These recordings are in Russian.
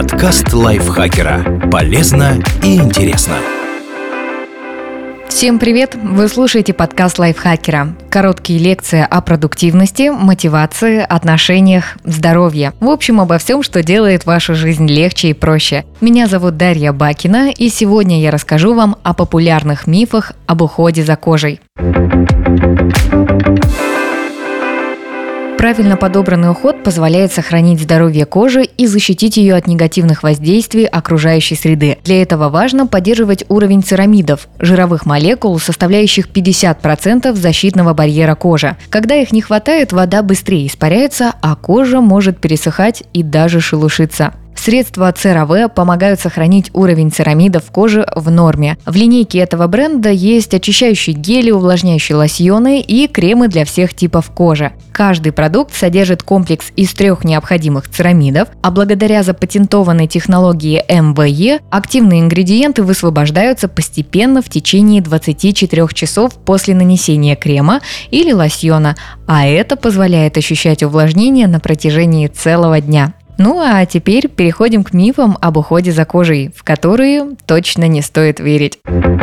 Подкаст лайфхакера. Полезно и интересно. Всем привет! Вы слушаете подкаст лайфхакера. Короткие лекции о продуктивности, мотивации, отношениях, здоровье. В общем, обо всем, что делает вашу жизнь легче и проще. Меня зовут Дарья Бакина, и сегодня я расскажу вам о популярных мифах об уходе за кожей. Правильно подобранный уход позволяет сохранить здоровье кожи и защитить ее от негативных воздействий окружающей среды. Для этого важно поддерживать уровень церамидов – жировых молекул, составляющих 50% защитного барьера кожи. Когда их не хватает, вода быстрее испаряется, а кожа может пересыхать и даже шелушиться. Средства CeraVe помогают сохранить уровень церамидов в коже в норме. В линейке этого бренда есть очищающие гели, увлажняющие лосьоны и кремы для всех типов кожи. Каждый продукт содержит комплекс из 3 необходимых церамидов, а благодаря запатентованной технологии МВЕ активные ингредиенты высвобождаются постепенно в течение 24 часов после нанесения крема или лосьона, а это позволяет ощущать увлажнение на протяжении целого дня. Ну а теперь переходим к мифам об уходе за кожей, в которые точно не стоит верить.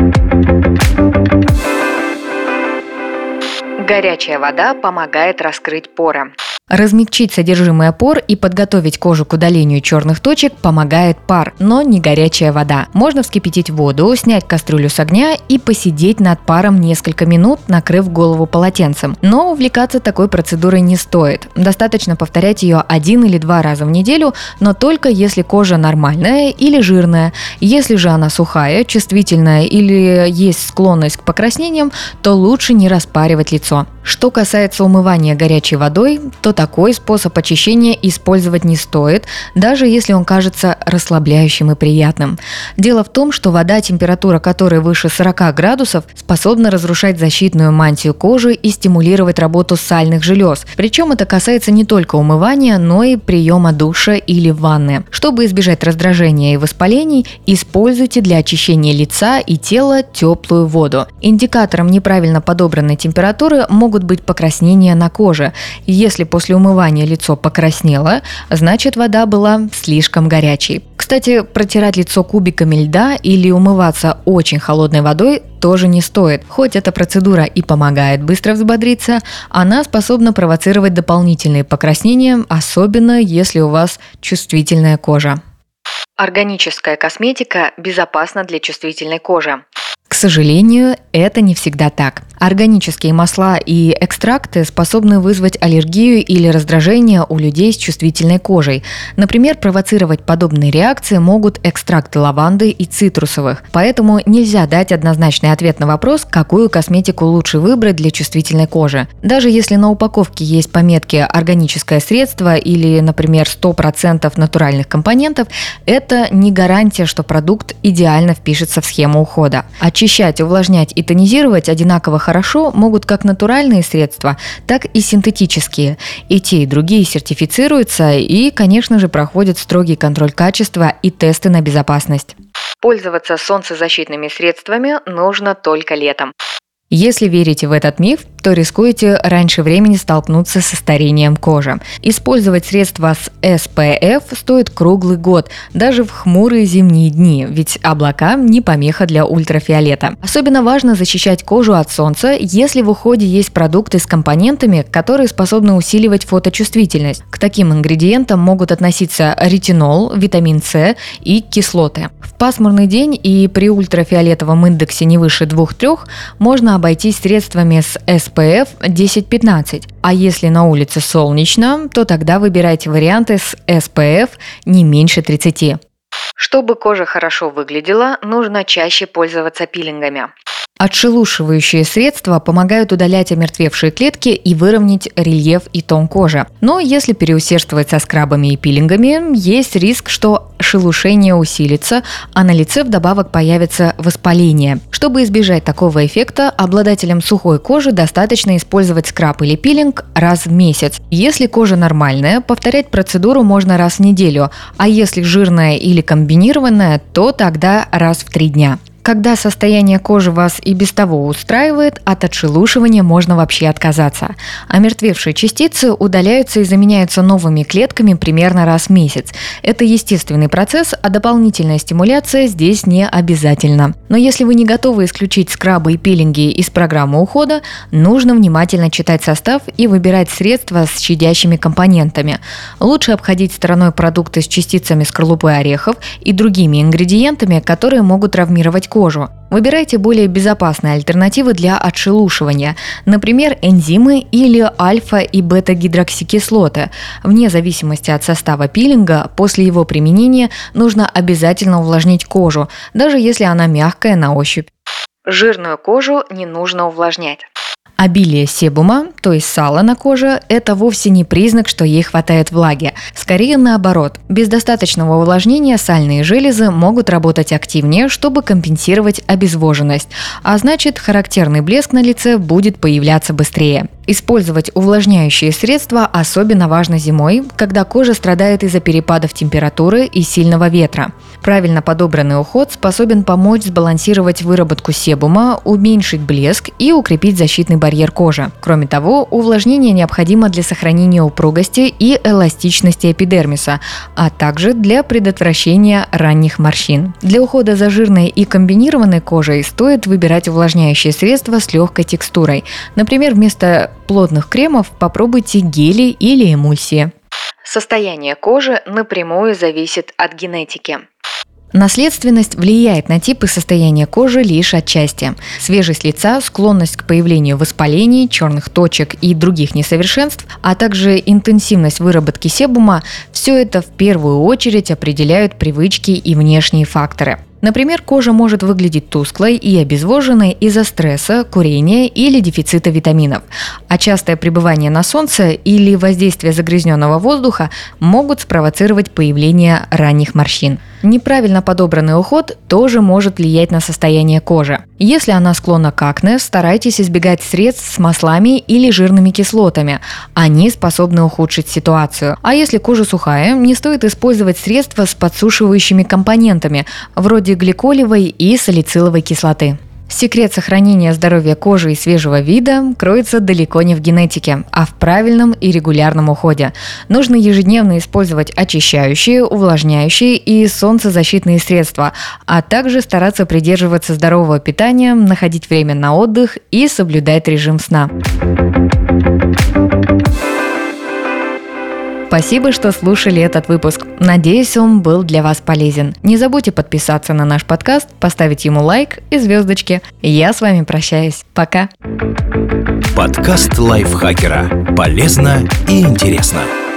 Горячая вода помогает раскрыть поры. Размягчить содержимое пор и подготовить кожу к удалению черных точек помогает пар, но не горячая вода. Можно вскипятить воду, снять кастрюлю с огня и посидеть над паром несколько минут, накрыв голову полотенцем. Но увлекаться такой процедурой не стоит. Достаточно повторять ее 1 или 2 раза в неделю, но только если кожа нормальная или жирная. Если же она сухая, чувствительная или есть склонность к покраснениям, то лучше не распаривать лицо. Что касается умывания горячей водой, то такой способ очищения использовать не стоит, даже если он кажется расслабляющим и приятным. Дело в том, что вода, температура которой выше 40 градусов, способна разрушать защитную мантию кожи и стимулировать работу сальных желез. Причем это касается не только умывания, но и приема душа или ванны. Чтобы избежать раздражения и воспалений, используйте для очищения лица и тела теплую воду. Индикатором неправильно подобранной температуры могут быть покраснения на коже. Если после умывания лицо покраснело, значит вода была слишком горячей. Кстати, протирать лицо кубиками льда или умываться очень холодной водой тоже не стоит. Хоть эта процедура и помогает быстро взбодриться, она способна провоцировать дополнительные покраснения, особенно если у вас чувствительная кожа. Органическая косметика безопасна для чувствительной кожи. К сожалению, это не всегда так. Органические масла и экстракты способны вызвать аллергию или раздражение у людей с чувствительной кожей. Например, провоцировать подобные реакции могут экстракты лаванды и цитрусовых. Поэтому нельзя дать однозначный ответ на вопрос, какую косметику лучше выбрать для чувствительной кожи. Даже если на упаковке есть пометки «органическое средство» или, например, 100% натуральных компонентов, это не гарантия, что продукт идеально впишется в схему ухода. Очищать, увлажнять и тонизировать одинаково хорошо могут как натуральные средства, так и синтетические. И те, и другие сертифицируются и, конечно же, проходят строгий контроль качества и тесты на безопасность. Пользоваться солнцезащитными средствами нужно только летом. Если верите в этот миф, то рискуете раньше времени столкнуться со старением кожи. Использовать средства с SPF стоит круглый год, даже в хмурые зимние дни, ведь облака не помеха для ультрафиолета. Особенно важно защищать кожу от солнца, если в уходе есть продукты с компонентами, которые способны усиливать фоточувствительность. К таким ингредиентам могут относиться ретинол, витамин С и кислоты. В пасмурный день и при ультрафиолетовом индексе не выше 2-3 можно обойтись средствами с SPF 10-15, а если на улице солнечно, то тогда выбирайте варианты с SPF не меньше 30. Чтобы кожа хорошо выглядела, нужно чаще пользоваться пилингами. Отшелушивающие средства помогают удалять омертвевшие клетки и выровнять рельеф и тон кожи. Но если переусердствовать со скрабами и пилингами, есть риск, что шелушение усилится, а на лице вдобавок появится воспаление. Чтобы избежать такого эффекта, обладателям сухой кожи достаточно использовать скраб или пилинг раз в месяц. Если кожа нормальная, повторять процедуру можно раз в неделю, а если жирная или комбинированная, то тогда раз в 3 дня. Когда состояние кожи вас и без того устраивает, от отшелушивания можно вообще отказаться. Омертвевшие частицы удаляются и заменяются новыми клетками примерно раз в месяц. Это естественный процесс, а дополнительная стимуляция здесь не обязательна. Но если вы не готовы исключить скрабы и пилинги из программы ухода, нужно внимательно читать состав и выбирать средства с щадящими компонентами. Лучше обходить стороной продукты с частицами скорлупы орехов и другими ингредиентами, которые могут травмировать кожу. Выбирайте более безопасные альтернативы для отшелушивания, например, энзимы или альфа- и бета-гидроксикислоты. Вне зависимости от состава пилинга, после его применения нужно обязательно увлажнить кожу, даже если она мягкая на ощупь. Жирную кожу не нужно увлажнять. Обилие себума, то есть сала на коже, это вовсе не признак, что ей хватает влаги. Скорее наоборот. Без достаточного увлажнения сальные железы могут работать активнее, чтобы компенсировать обезвоженность, а значит, характерный блеск на лице будет появляться быстрее. Использовать увлажняющие средства особенно важно зимой, когда кожа страдает из-за перепадов температуры и сильного ветра. Правильно подобранный уход способен помочь сбалансировать выработку себума, уменьшить блеск и укрепить защитный барьер кожи. Кроме того, увлажнение необходимо для сохранения упругости и эластичности эпидермиса, а также для предотвращения ранних морщин. Для ухода за жирной и комбинированной кожей стоит выбирать увлажняющие средства с легкой текстурой. Например, вместо плотных кремов попробуйте гели или эмульсии. Состояние кожи напрямую зависит от генетики. Наследственность влияет на тип и состояние кожи лишь отчасти. Свежесть лица, склонность к появлению воспалений, черных точек и других несовершенств, а также интенсивность выработки себума – все это в первую очередь определяют привычки и внешние факторы. Например, кожа может выглядеть тусклой и обезвоженной из-за стресса, курения или дефицита витаминов. А частое пребывание на солнце или воздействие загрязненного воздуха могут спровоцировать появление ранних морщин. Неправильно подобранный уход тоже может влиять на состояние кожи. Если она склонна к акне, старайтесь избегать средств с маслами или жирными кислотами. Они способны ухудшить ситуацию. А если кожа сухая, не стоит использовать средства с подсушивающими компонентами, вроде гликолевой и салициловой кислоты. Секрет сохранения здоровья кожи и свежего вида кроется далеко не в генетике, а в правильном и регулярном уходе. Нужно ежедневно использовать очищающие, увлажняющие и солнцезащитные средства, а также стараться придерживаться здорового питания, находить время на отдых и соблюдать режим сна. Спасибо, что слушали этот выпуск. Надеюсь, он был для вас полезен. Не забудьте подписаться на наш подкаст, поставить ему лайк и звездочки. Я с вами прощаюсь. Пока. Подкаст лайфхакера. Полезно и интересно.